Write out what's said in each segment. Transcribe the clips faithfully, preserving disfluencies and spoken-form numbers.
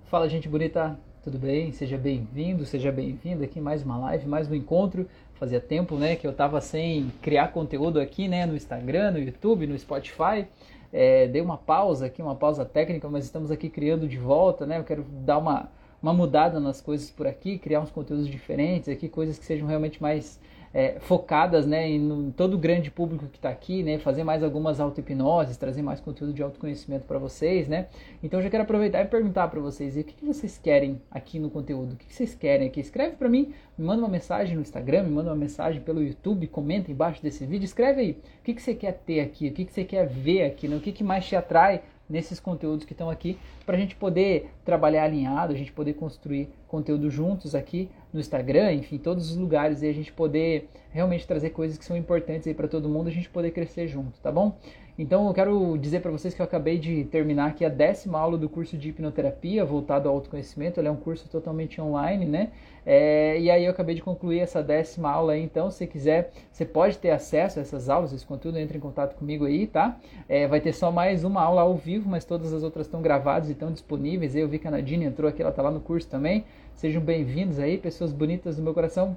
Fala, gente bonita, tudo bem? Seja bem-vindo, seja bem-vinda aqui em mais uma live, mais um encontro. Fazia tempo, né, que eu tava sem criar conteúdo aqui, né, no Instagram, no YouTube, no Spotify. É, dei uma pausa aqui, uma pausa técnica, mas estamos aqui criando de volta, né? Eu quero dar uma, uma mudada nas coisas por aqui, criar uns conteúdos diferentes aqui, coisas que sejam realmente mais é, focadas, né, em, no, todo o grande público que está aqui, né, fazer mais algumas auto-hipnoses, trazer mais conteúdo de autoconhecimento para vocês, né. Então eu já quero aproveitar e perguntar para vocês, e o que, que vocês querem aqui no conteúdo? O que, que vocês querem aqui? Escreve para mim, me manda uma mensagem no Instagram, me manda uma mensagem pelo YouTube, comenta embaixo desse vídeo, escreve aí, o que, que você quer ter aqui, o que, que você quer ver aqui, né? O que, que mais te atrai nesses conteúdos que estão aqui, para a gente poder trabalhar alinhado, a gente poder construir conteúdo juntos aqui no Instagram, enfim, todos os lugares, e a gente poder realmente trazer coisas que são importantes aí para todo mundo, a gente poder crescer junto, tá bom? Então eu quero dizer para vocês que eu acabei de terminar aqui a décima aula do curso de hipnoterapia voltado ao autoconhecimento. Ele é um curso totalmente online, né? É, e aí eu acabei de concluir essa décima aula aí, então se quiser, você pode ter acesso a essas aulas, esse conteúdo, entre em contato comigo aí, tá? É, vai ter só mais uma aula ao vivo, mas todas as outras estão gravadas e estão disponíveis. Eu vi que a Nadine entrou aqui, ela tá lá no curso também. Sejam bem-vindos aí, pessoas bonitas do meu coração.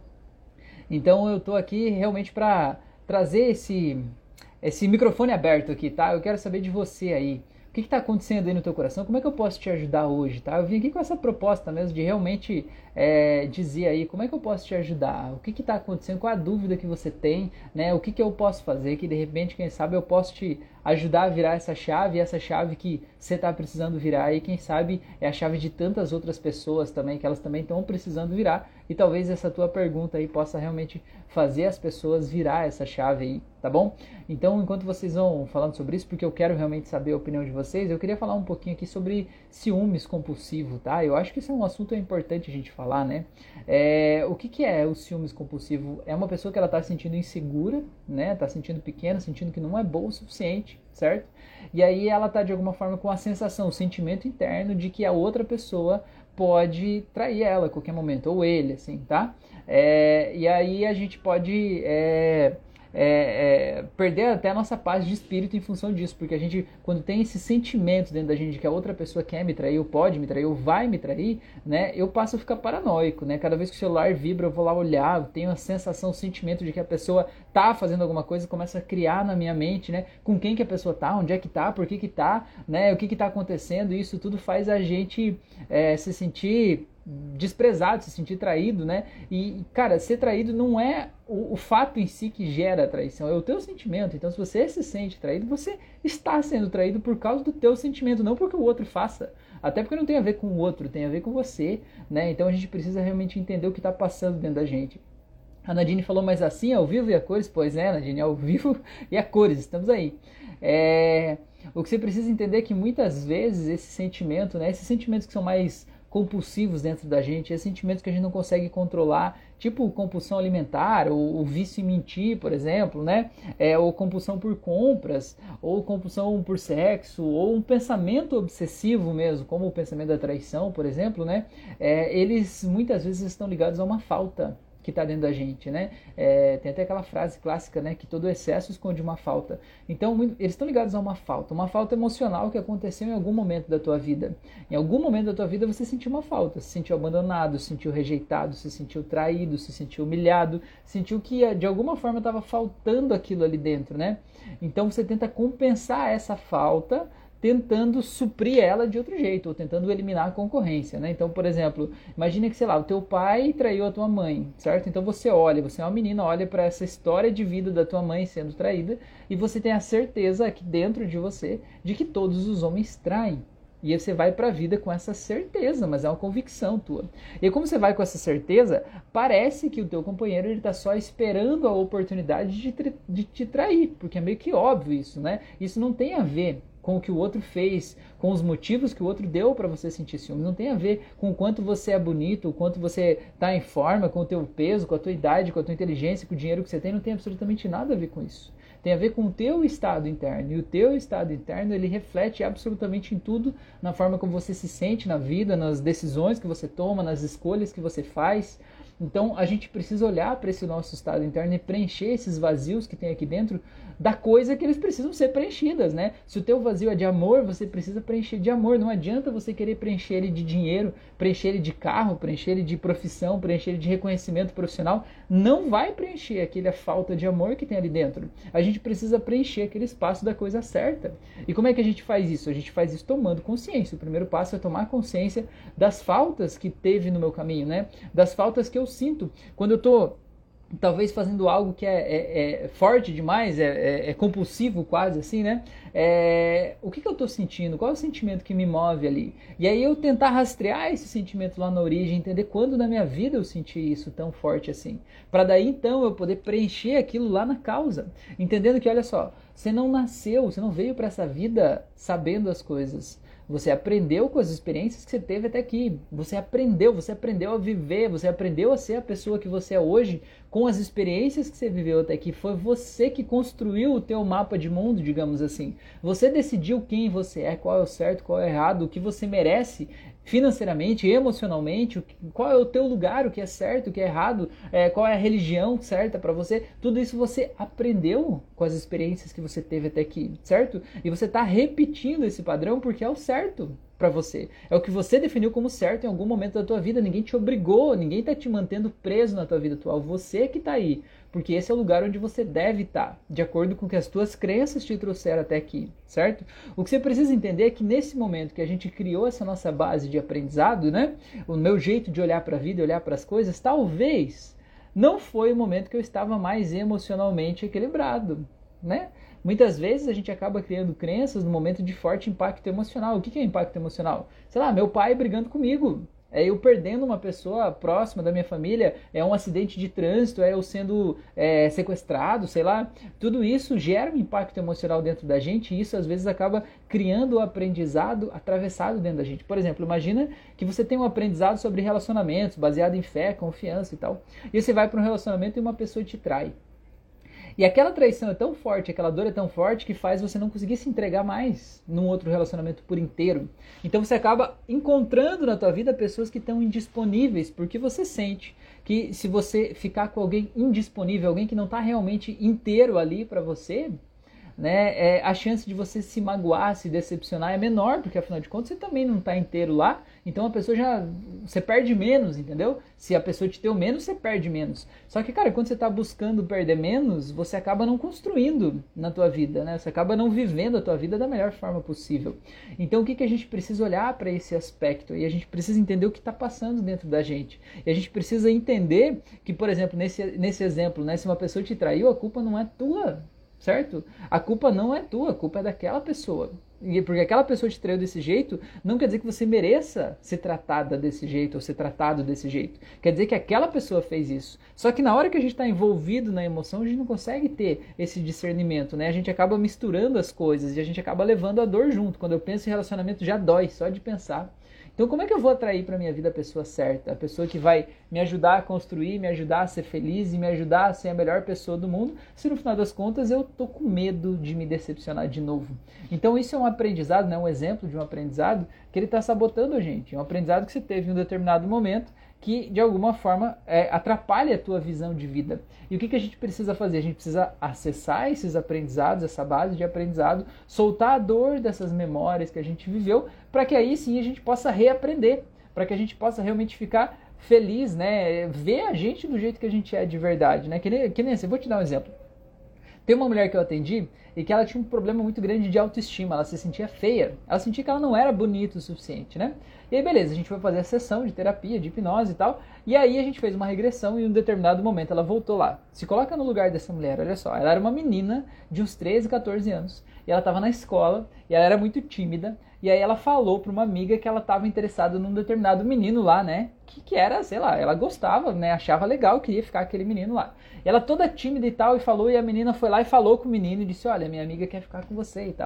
Então eu tô aqui realmente para trazer esse... esse microfone aberto aqui, tá? Eu quero saber de você aí. O que está acontecendo aí no teu coração? Como é que eu posso te ajudar hoje, tá? Eu vim aqui com essa proposta mesmo de realmente é, dizer aí como é que eu posso te ajudar, o que está acontecendo, qual a dúvida que você tem, né? O que, que eu posso fazer que de repente, quem sabe, eu posso te ajudar a virar essa chave, essa chave que você está precisando virar, e quem sabe é a chave de tantas outras pessoas também, que elas também estão precisando virar, e talvez essa tua pergunta aí possa realmente fazer as pessoas virar essa chave aí, tá bom? Então, enquanto vocês vão falando sobre isso, porque eu quero realmente saber a opinião de vocês, eu queria falar um pouquinho aqui sobre ciúmes compulsivo, tá? Eu acho que isso é um assunto importante a gente falar, né? É, o que, que é o ciúmes compulsivo? É uma pessoa que ela tá se sentindo insegura, né? Tá se sentindo pequena, sentindo que não é boa o suficiente, certo? E aí ela tá de alguma forma com a sensação, o sentimento interno de que a outra pessoa pode trair ela a qualquer momento, ou ele, assim, tá? É, e aí a gente pode... É, É, é, perder até a nossa paz de espírito em função disso, porque a gente, quando tem esse sentimento dentro da gente de que a outra pessoa quer me trair, ou pode me trair, ou vai me trair, né, eu passo a ficar paranoico, né, cada vez que o celular vibra eu vou lá olhar, eu tenho a sensação, o sentimento de que a pessoa tá fazendo alguma coisa, começa a criar na minha mente, né, com quem que a pessoa tá, onde é que tá, por que que tá, né, o que que tá acontecendo, e isso tudo faz a gente é, se sentir desprezado, se sentir traído, né? E, cara, ser traído não é o, o fato em si que gera a traição, é o teu sentimento. Então, se você se sente traído, você está sendo traído por causa do teu sentimento, não porque o outro faça. Até porque não tem a ver com o outro, tem a ver com você, né? Então, a gente precisa realmente entender o que está passando dentro da gente. A Nadine falou, mas assim, ao vivo e a cores? Pois é, Nadine, ao vivo e a cores, estamos aí. É... O que você precisa entender é que muitas vezes esse sentimento, né? Esses sentimentos que são mais compulsivos dentro da gente, esses sentimentos que a gente não consegue controlar, tipo compulsão alimentar, ou o vício em mentir, por exemplo, né? É, ou compulsão por compras, ou compulsão por sexo, ou um pensamento obsessivo mesmo, como o pensamento da traição, por exemplo, né? É, eles muitas vezes estão ligados a uma falta que está dentro da gente, né? É, tem até aquela frase clássica, né? Que todo excesso esconde uma falta. Então, eles estão ligados a uma falta, uma falta emocional que aconteceu em algum momento da tua vida. Em algum momento da tua vida você sentiu uma falta, se sentiu abandonado, se sentiu rejeitado, se sentiu traído, se sentiu humilhado, sentiu que de alguma forma estava faltando aquilo ali dentro, né? Então você tenta compensar essa falta tentando suprir ela de outro jeito, ou tentando eliminar a concorrência, né? Então, por exemplo, imagina que, sei lá, o teu pai traiu a tua mãe, certo? Então você olha, você é uma menina, olha para essa história de vida da tua mãe sendo traída, e você tem a certeza aqui dentro de você de que todos os homens traem. E aí você vai para a vida com essa certeza, mas é uma convicção tua. E como você vai com essa certeza, parece que o teu companheiro ele está só esperando a oportunidade de, tra- de te trair, porque é meio que óbvio isso, né? Isso não tem a ver com o que o outro fez, com os motivos que o outro deu para você sentir ciúme. Não tem a ver com o quanto você é bonito, o quanto você está em forma, com o teu peso, com a tua idade, com a tua inteligência, com o dinheiro que você tem. Não tem absolutamente nada a ver com isso. Tem a ver com o teu estado interno. E o teu estado interno, ele reflete absolutamente em tudo, na forma como você se sente na vida, nas decisões que você toma, nas escolhas que você faz, Então a gente precisa olhar para esse nosso estado interno e preencher esses vazios que tem aqui dentro da coisa que eles precisam ser preenchidas, né? Se o teu vazio é de amor, você precisa preencher de amor. Não adianta você querer preencher ele de dinheiro, preencher ele de carro, preencher ele de profissão, preencher ele de reconhecimento profissional. Não vai preencher aquela falta de amor que tem ali dentro. A gente precisa preencher aquele espaço da coisa certa. E como é que a gente faz isso? A gente faz isso tomando consciência. O primeiro passo é tomar consciência das faltas que teve no meu caminho, né? Das faltas que eu sinto. Quando eu tô talvez fazendo algo que é, é, é forte demais, é, é, é compulsivo quase assim, né? É, o que, que eu estou sentindo? Qual é o sentimento que me move ali? E aí eu tentar rastrear esse sentimento lá na origem, entender quando na minha vida eu senti isso tão forte assim. Para daí então eu poder preencher aquilo lá na causa. Entendendo que, olha só, você não nasceu, você não veio para essa vida sabendo as coisas. Você aprendeu com as experiências que você teve até aqui. Você aprendeu, você aprendeu a viver, você aprendeu a ser a pessoa que você é hoje com as experiências que você viveu até aqui. Foi você que construiu o teu mapa de mundo, digamos assim. Você decidiu quem você é, qual é o certo, qual é o errado, o que você merece financeiramente, emocionalmente, qual é o teu lugar, o que é certo, o que é errado, é, qual é a religião certa para você. Tudo isso você aprendeu com as experiências que você teve até aqui, certo? E você está repetindo esse padrão porque é o certo para você. É o que você definiu como certo em algum momento da tua vida. Ninguém te obrigou, ninguém está te mantendo preso na tua vida atual. Você que está aí. Porque esse é o lugar onde você deve estar, de acordo com o que as tuas crenças te trouxeram até aqui, certo? O que você precisa entender é que nesse momento que a gente criou essa nossa base de aprendizado, né? O meu jeito de olhar para a vida e olhar para as coisas, talvez não foi o momento que eu estava mais emocionalmente equilibrado, né? Muitas vezes a gente acaba criando crenças no momento de forte impacto emocional. O que é impacto emocional? Sei lá, meu pai brigando comigo. É eu perdendo uma pessoa próxima da minha família, é um acidente de trânsito, é eu sendo é, sequestrado, sei lá. Tudo isso gera um impacto emocional dentro da gente e isso às vezes acaba criando o aprendizado atravessado dentro da gente. Por exemplo, imagina que você tem um aprendizado sobre relacionamentos, baseado em fé, confiança e tal. E você vai para um relacionamento e uma pessoa te trai. E aquela traição é tão forte, aquela dor é tão forte que faz você não conseguir se entregar mais num outro relacionamento por inteiro. Então você acaba encontrando na tua vida pessoas que estão indisponíveis, porque você sente que se você ficar com alguém indisponível, alguém que não está realmente inteiro ali para você, né, é, a chance de você se magoar, se decepcionar é menor, porque afinal de contas você também não está inteiro lá, então a pessoa já, você perde menos, entendeu? Se a pessoa te deu menos, você perde menos. Só que, cara, quando você está buscando perder menos, você acaba não construindo na tua vida, né? Você acaba não vivendo a tua vida da melhor forma possível. Então o que, que a gente precisa olhar para esse aspecto? E a gente precisa entender o que está passando dentro da gente. E a gente precisa entender que, por exemplo, nesse, nesse exemplo, né, se uma pessoa te traiu, a culpa não é tua. Certo? A culpa não é tua, a culpa é daquela pessoa. E porque aquela pessoa te traiu desse jeito, não quer dizer que você mereça ser tratada desse jeito ou ser tratado desse jeito. Quer dizer que aquela pessoa fez isso. Só que na hora que a gente está envolvido na emoção, a gente não consegue ter esse discernimento, né? A gente acaba misturando as coisas e a gente acaba levando a dor junto. Quando eu penso em relacionamento, já dói só de pensar. Então como é que eu vou atrair para minha vida a pessoa certa? A pessoa que vai me ajudar a construir, me ajudar a ser feliz e me ajudar a ser a melhor pessoa do mundo, se no final das contas eu tô com medo de me decepcionar de novo. Então isso é um aprendizado, né? Um exemplo de um aprendizado que ele está sabotando a gente. É um aprendizado que você teve em um determinado momento que de alguma forma é, atrapalha a tua visão de vida. E o que, que a gente precisa fazer? A gente precisa acessar esses aprendizados, essa base de aprendizado, soltar a dor dessas memórias que a gente viveu, para que aí sim a gente possa reaprender, para que a gente possa realmente ficar feliz, né? Ver a gente do jeito que a gente é de verdade, né? Que nem, que nem assim, vou te dar um exemplo. Tem uma mulher que eu atendi e que ela tinha um problema muito grande de autoestima, ela se sentia feia, ela sentia que ela não era bonita o suficiente, né? E aí beleza, a gente foi fazer a sessão de terapia, de hipnose e tal, e aí a gente fez uma regressão e em um determinado momento ela voltou lá. Se coloca no lugar dessa mulher, olha só, ela era uma menina de uns treze, catorze anos, e ela estava na escola, e ela era muito tímida, e aí ela falou para uma amiga que ela estava interessada num determinado menino lá, né? Que, que era, sei lá, ela gostava, né? Achava legal, queria ficar com aquele menino lá. E ela toda tímida e tal, e falou, e a menina foi lá e falou com o menino e disse, olha, minha amiga quer ficar com você e tal.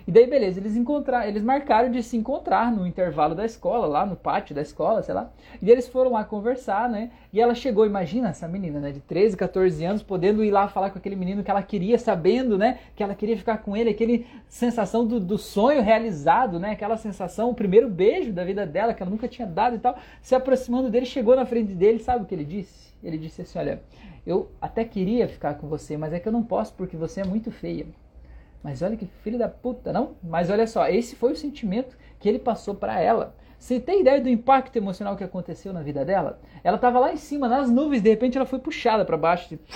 E daí, beleza, eles encontraram, eles marcaram de se encontrar no intervalo da escola, lá no pátio da escola, sei lá. E eles foram lá conversar, né? E ela chegou, imagina essa menina, né, de treze, catorze anos, podendo ir lá falar com aquele menino que ela queria, sabendo, né, que ela queria ficar com ele, aquele sensação do, do sonho realizado, né? Aquela sensação, o primeiro beijo da vida dela, que ela nunca tinha dado e tal. Se aproximando dele, chegou na frente dele, sabe o que ele disse? Ele disse assim, olha, eu até queria ficar com você, mas é que eu não posso porque você é muito feia. Mas olha que filho da puta, não? Mas olha só, esse foi o sentimento que ele passou para ela. Você tem ideia do impacto emocional que aconteceu na vida dela? Ela estava lá em cima, nas nuvens, de repente ela foi puxada para baixo. Tipo...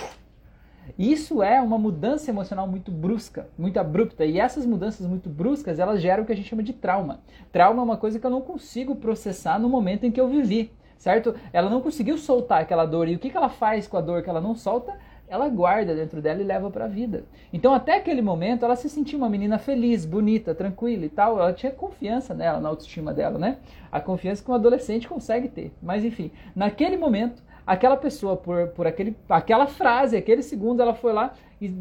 Isso é uma mudança emocional muito brusca, muito abrupta. E essas mudanças muito bruscas, elas geram o que a gente chama de trauma. Trauma é uma coisa que eu não consigo processar no momento em que eu vivi, certo? Ela não conseguiu soltar aquela dor. E o que, que ela faz com a dor que ela não solta? Ela guarda dentro dela e leva para a vida. Então, até aquele momento, ela se sentia uma menina feliz, bonita, tranquila e tal. Ela tinha confiança nela, na autoestima dela, né? A confiança que um adolescente consegue ter. Mas, enfim, naquele momento, aquela pessoa, por, por aquele, aquela frase, aquele segundo, ela foi lá e,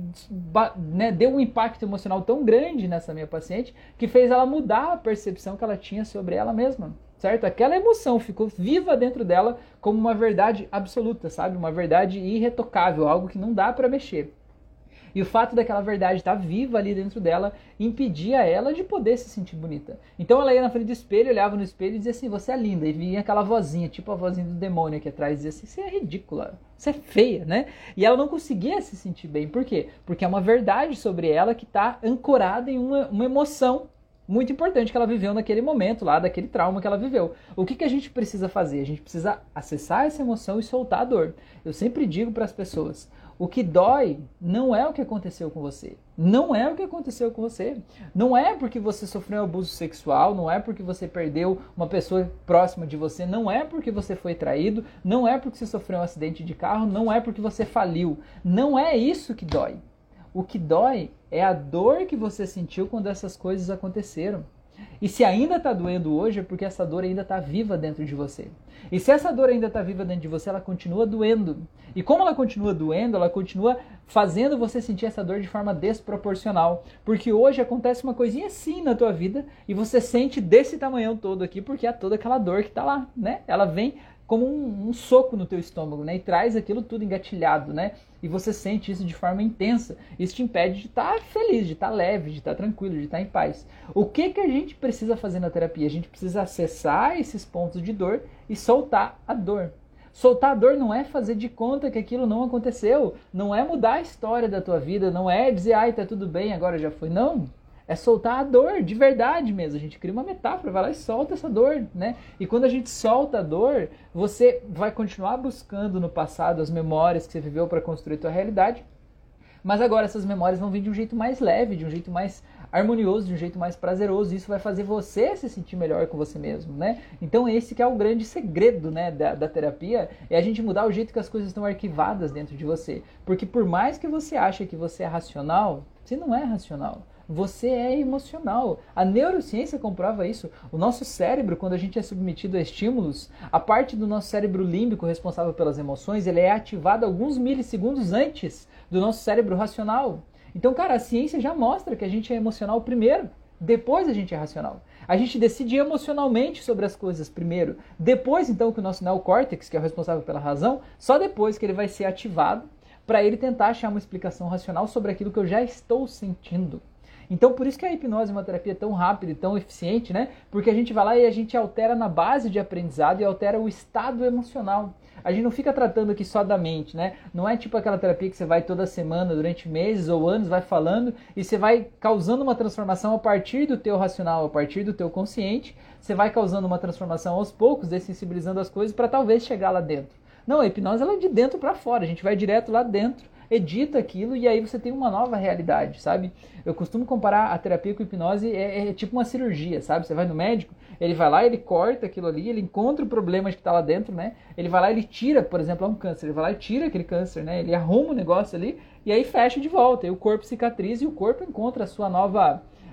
né, deu um impacto emocional tão grande nessa minha paciente que fez ela mudar a percepção que ela tinha sobre ela mesma. Certo? Aquela emoção ficou viva dentro dela como uma verdade absoluta, sabe? Uma verdade irretocável, algo que não dá para mexer. E o fato daquela verdade estar viva ali dentro dela impedia ela de poder se sentir bonita. Então ela ia na frente do espelho, olhava no espelho e dizia assim, você é linda. E vinha aquela vozinha, tipo a vozinha do demônio aqui atrás, dizia assim, você é ridícula, você é feia, né? E ela não conseguia se sentir bem. Por quê? Porque é uma verdade sobre ela que está ancorada em uma, uma emoção muito importante que ela viveu naquele momento lá, daquele trauma que ela viveu. O que, que a gente precisa fazer? A gente precisa acessar essa emoção e soltar a dor. Eu sempre digo para as pessoas, o que dói não é o que aconteceu com você. Não é o que aconteceu com você. Não é porque você sofreu um abuso sexual, não é porque você perdeu uma pessoa próxima de você, não é porque você foi traído, não é porque você sofreu um acidente de carro, não é porque você faliu. Não é isso que dói. O que dói é a dor que você sentiu quando essas coisas aconteceram. E se ainda está doendo hoje, é porque essa dor ainda está viva dentro de você. E se essa dor ainda está viva dentro de você, ela continua doendo. E como ela continua doendo, ela continua fazendo você sentir essa dor de forma desproporcional. Porque hoje acontece uma coisinha assim na tua vida e você sente desse tamanhão todo aqui, porque é toda aquela dor que está lá, né? Ela vem como um, um soco no teu estômago, né? E traz aquilo tudo engatilhado, né? E você sente isso de forma intensa. Isso te impede de estar feliz, de estar leve, de estar tranquilo, de estar em paz. O que, que a gente precisa fazer na terapia? A gente precisa acessar esses pontos de dor e soltar a dor. Soltar a dor não é fazer de conta que aquilo não aconteceu. Não é mudar a história da tua vida. Não é dizer, ai, tá tudo bem, agora já foi. Não. É soltar a dor, de verdade mesmo. A gente cria uma metáfora, vai lá e solta essa dor, né? E quando a gente solta a dor, você vai continuar buscando no passado as memórias que você viveu para construir a tua realidade. Mas agora essas memórias vão vir de um jeito mais leve, de um jeito mais harmonioso, de um jeito mais prazeroso. Isso vai fazer você se sentir melhor com você mesmo, né? Então esse que é o grande segredo, né, da, da terapia, é a gente mudar o jeito que as coisas estão arquivadas dentro de você. Porque por mais que você ache que você é racional, você não é racional. Você é emocional. A neurociência comprova isso. O nosso cérebro, quando a gente é submetido a estímulos, a parte do nosso cérebro límbico responsável pelas emoções, ele é ativada alguns milissegundos antes do nosso cérebro racional. Então, cara, a ciência já mostra que a gente é emocional primeiro, depois a gente é racional. A gente decide emocionalmente sobre as coisas primeiro. Depois, então, que o nosso neocórtex, que é o responsável pela razão, só depois que ele vai ser ativado para ele tentar achar uma explicação racional sobre aquilo que eu já estou sentindo. Então, por isso que a hipnose é uma terapia tão rápida e tão eficiente, né? Porque a gente vai lá e a gente altera na base de aprendizado e altera o estado emocional. A gente não fica tratando aqui só da mente, né? Não é tipo aquela terapia que você vai toda semana, durante meses ou anos, vai falando e você vai causando uma transformação a partir do teu racional, a partir do teu consciente. Você vai causando uma transformação aos poucos, dessensibilizando as coisas para talvez chegar lá dentro. Não, a hipnose ela é de dentro para fora, a gente vai direto lá dentro, edita aquilo e aí você tem uma nova realidade, sabe? Eu costumo comparar a terapia com a hipnose, é, é tipo uma cirurgia, sabe? Você vai no médico, ele vai lá, ele corta aquilo ali, ele encontra o problema que está lá dentro, né? Ele vai lá, ele tira, por exemplo, é um câncer, ele vai lá e tira aquele câncer, né? Ele arruma o negócio ali e aí fecha de volta, e o corpo cicatriza e o corpo encontra a sua nova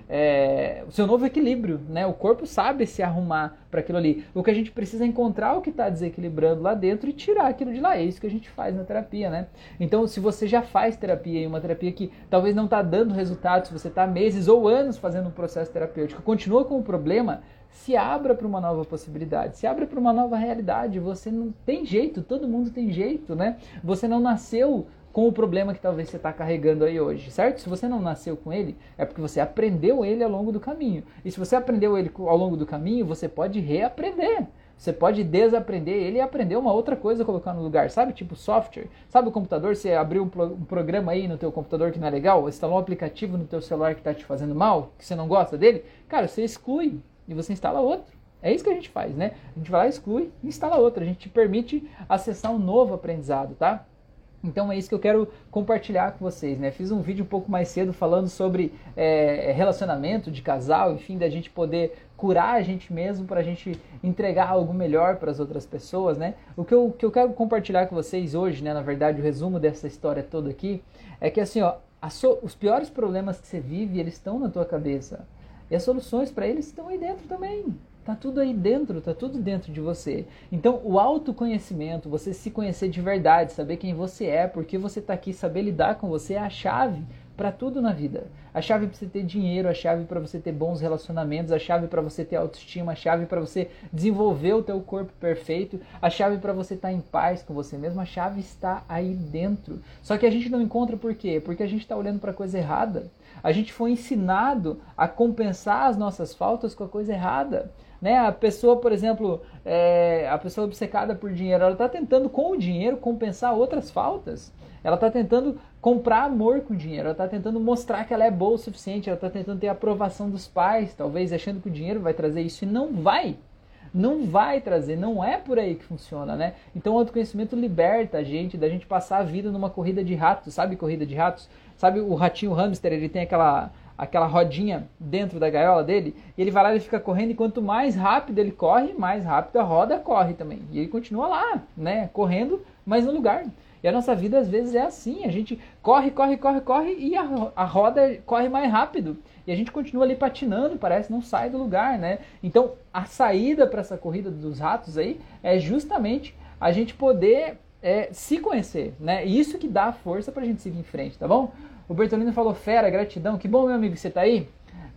é, o seu novo equilíbrio, né? O corpo sabe se arrumar para aquilo ali. O que a gente precisa é encontrar o que está desequilibrando lá dentro e tirar aquilo de lá. É isso que a gente faz na terapia, né? Então, se você já faz terapia, e uma terapia que talvez não está dando resultado, se você está meses ou anos fazendo um processo terapêutico, continua com o problema, se abra para uma nova possibilidade, se abra para uma nova realidade. Você não tem jeito, todo mundo tem jeito, né? Você não nasceu com o problema que talvez você está carregando aí hoje, certo? Se você não nasceu com ele, é porque você aprendeu ele ao longo do caminho. E se você aprendeu ele ao longo do caminho, você pode reaprender. Você pode desaprender ele e aprender uma outra coisa, colocar no lugar, sabe? Tipo software. Sabe o computador? Você abriu um, pro, um programa aí no teu computador que não é legal, instalou um aplicativo no teu celular que está te fazendo mal, que você não gosta dele, cara, você exclui e você instala outro. É isso que a gente faz, né? A gente vai lá, exclui e instala outro. A gente te permite acessar um novo aprendizado, tá? Então é isso que eu quero compartilhar com vocês, né? Fiz um vídeo um pouco mais cedo falando sobre é, relacionamento de casal, enfim, da gente poder curar a gente mesmo para a gente entregar algo melhor para as outras pessoas, né? O que eu, que eu quero compartilhar com vocês hoje, né? Na verdade, o resumo dessa história toda aqui é que assim, ó, so, os piores problemas que você vive, eles estão na tua cabeça. E as soluções para eles estão aí dentro também. Tá tudo aí dentro, tá tudo dentro de você. Então, o autoconhecimento, você se conhecer de verdade, saber quem você é, porque você tá aqui, saber lidar com você é a chave para tudo na vida. A chave para você ter dinheiro, a chave para você ter bons relacionamentos, a chave para você ter autoestima, a chave para você desenvolver o teu corpo perfeito, a chave para você estar em paz com você mesmo, a chave está aí dentro. Só que a gente não encontra por quê? Porque a gente está olhando para a coisa errada. A gente foi ensinado a compensar as nossas faltas com a coisa errada. Né? A pessoa, por exemplo, é, a pessoa obcecada por dinheiro, ela está tentando com o dinheiro compensar outras faltas. Ela está tentando comprar amor com o dinheiro, ela está tentando mostrar que ela é boa o suficiente, ela está tentando ter a aprovação dos pais, talvez achando que o dinheiro vai trazer isso, e não vai. Não vai trazer, não é por aí que funciona, né? Então o autoconhecimento liberta a gente da gente passar a vida numa corrida de ratos, sabe corrida de ratos? Sabe o ratinho hamster, ele tem aquela... aquela rodinha dentro da gaiola dele, e ele vai lá e fica correndo, e quanto mais rápido ele corre, mais rápido a roda corre também. E ele continua lá, né, correndo, mas no lugar. E a nossa vida às vezes é assim, a gente corre, corre, corre, corre, e a, a roda corre mais rápido. E a gente continua ali patinando, parece não sai do lugar, né? Então a saída para essa corrida dos ratos aí é justamente a gente poder é, se conhecer, né? E isso que dá força pra gente seguir em frente, tá bom? O Bertolino falou, fera, gratidão. Que bom, meu amigo, que você tá aí.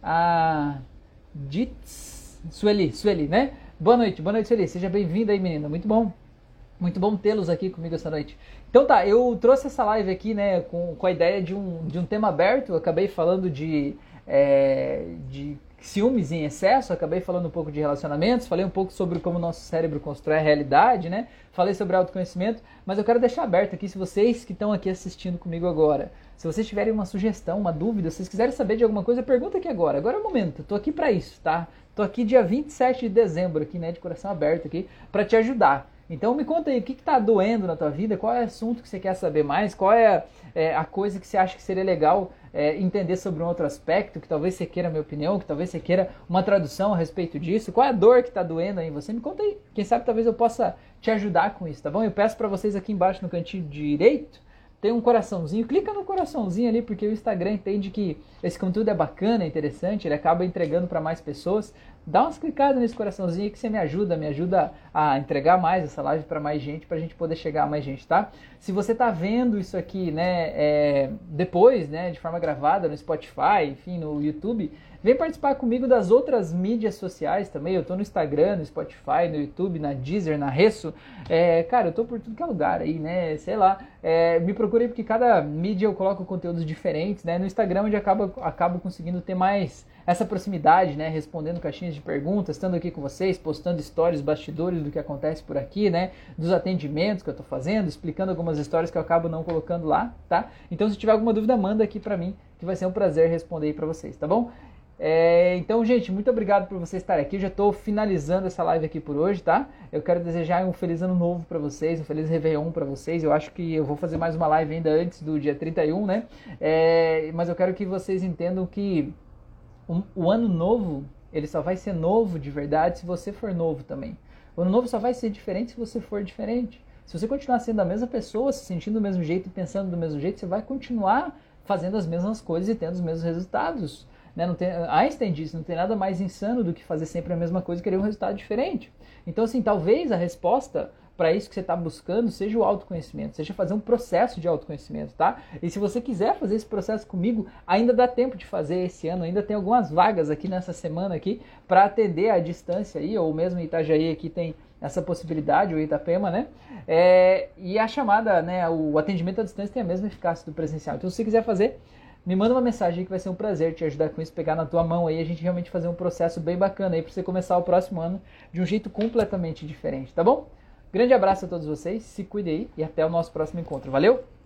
A Dits, Sueli, Sueli, né? Boa noite, boa noite, Sueli. Seja bem-vinda aí, menina. Muito bom. Muito bom tê-los aqui comigo essa noite. Então tá, eu trouxe essa live aqui, né, com, com a ideia de um, de um tema aberto. Eu acabei falando de, é, de ciúmes em excesso, acabei falando um pouco de relacionamentos, falei um pouco sobre como o nosso cérebro constrói a realidade, né? Falei sobre autoconhecimento, mas eu quero deixar aberto aqui, se vocês que estão aqui assistindo comigo agora, se vocês tiverem uma sugestão, uma dúvida, se vocês quiserem saber de alguma coisa, pergunta aqui agora. Agora é o momento, eu tô aqui para isso, tá? Tô aqui dia vinte e sete de dezembro, aqui, né, de coração aberto aqui, para te ajudar. Então me conta aí, o que está doendo na tua vida, qual é o assunto que você quer saber mais, qual é, é a coisa que você acha que seria legal é, entender sobre um outro aspecto, que talvez você queira a minha opinião, que talvez você queira uma tradução a respeito disso, qual é a dor que está doendo aí em você, me conta aí, quem sabe talvez eu possa te ajudar com isso, tá bom? Eu peço para vocês aqui embaixo no cantinho direito, tem um coraçãozinho, clica no coraçãozinho ali, porque o Instagram entende que esse conteúdo é bacana, é interessante, ele acaba entregando para mais pessoas. Dá umas clicadas nesse coraçãozinho que você me ajuda, me ajuda a entregar mais essa live para mais gente, para a gente poder chegar a mais gente, tá? Se você tá vendo isso aqui, né, é, depois, né, de forma gravada no Spotify, enfim, no YouTube, vem participar comigo das outras mídias sociais também. Eu tô no Instagram, no Spotify, no YouTube, na Deezer, na Resso. É, cara, eu tô por tudo que é lugar aí, né? Sei lá. É, me procurei porque cada mídia eu coloco conteúdos diferentes, né? No Instagram onde acabo, acabo conseguindo ter mais essa proximidade, né? Respondendo caixinhas de perguntas, estando aqui com vocês, postando stories, bastidores do que acontece por aqui, né? Dos atendimentos que eu tô fazendo, explicando algumas histórias que eu acabo não colocando lá, tá? Então se tiver alguma dúvida, manda aqui pra mim, que vai ser um prazer responder aí pra vocês, tá bom? É, então, gente, muito obrigado por vocês estarem aqui. Eu já estou finalizando essa live aqui por hoje, tá? Eu quero desejar um feliz ano novo para vocês, um feliz Réveillon para vocês. Eu acho que eu vou fazer mais uma live ainda antes do dia trinta e um, né? É, mas eu quero que vocês entendam que o, o ano novo, ele só vai ser novo de verdade se você for novo também. O ano novo só vai ser diferente se você for diferente. Se você continuar sendo a mesma pessoa, se sentindo do mesmo jeito e pensando do mesmo jeito, você vai continuar fazendo as mesmas coisas e tendo os mesmos resultados. né? Não tem, Einstein disse, não tem nada mais insano do que fazer sempre a mesma coisa e querer um resultado diferente. Então, assim, talvez a resposta para isso que você está buscando seja o autoconhecimento, seja fazer um processo de autoconhecimento, tá? E se você quiser fazer esse processo comigo, ainda dá tempo de fazer esse ano, ainda tem algumas vagas aqui nessa semana aqui para atender à distância aí, ou mesmo em Itajaí aqui tem essa possibilidade, ou Itapema, né? É, e a chamada, né, o atendimento à distância tem a mesma eficácia do presencial. Então, se você quiser fazer, me manda uma mensagem aí que vai ser um prazer te ajudar com isso, pegar na tua mão aí, a gente realmente fazer um processo bem bacana aí para você começar o próximo ano de um jeito completamente diferente, tá bom? Grande abraço a todos vocês, se cuidem aí e até o nosso próximo encontro. Valeu?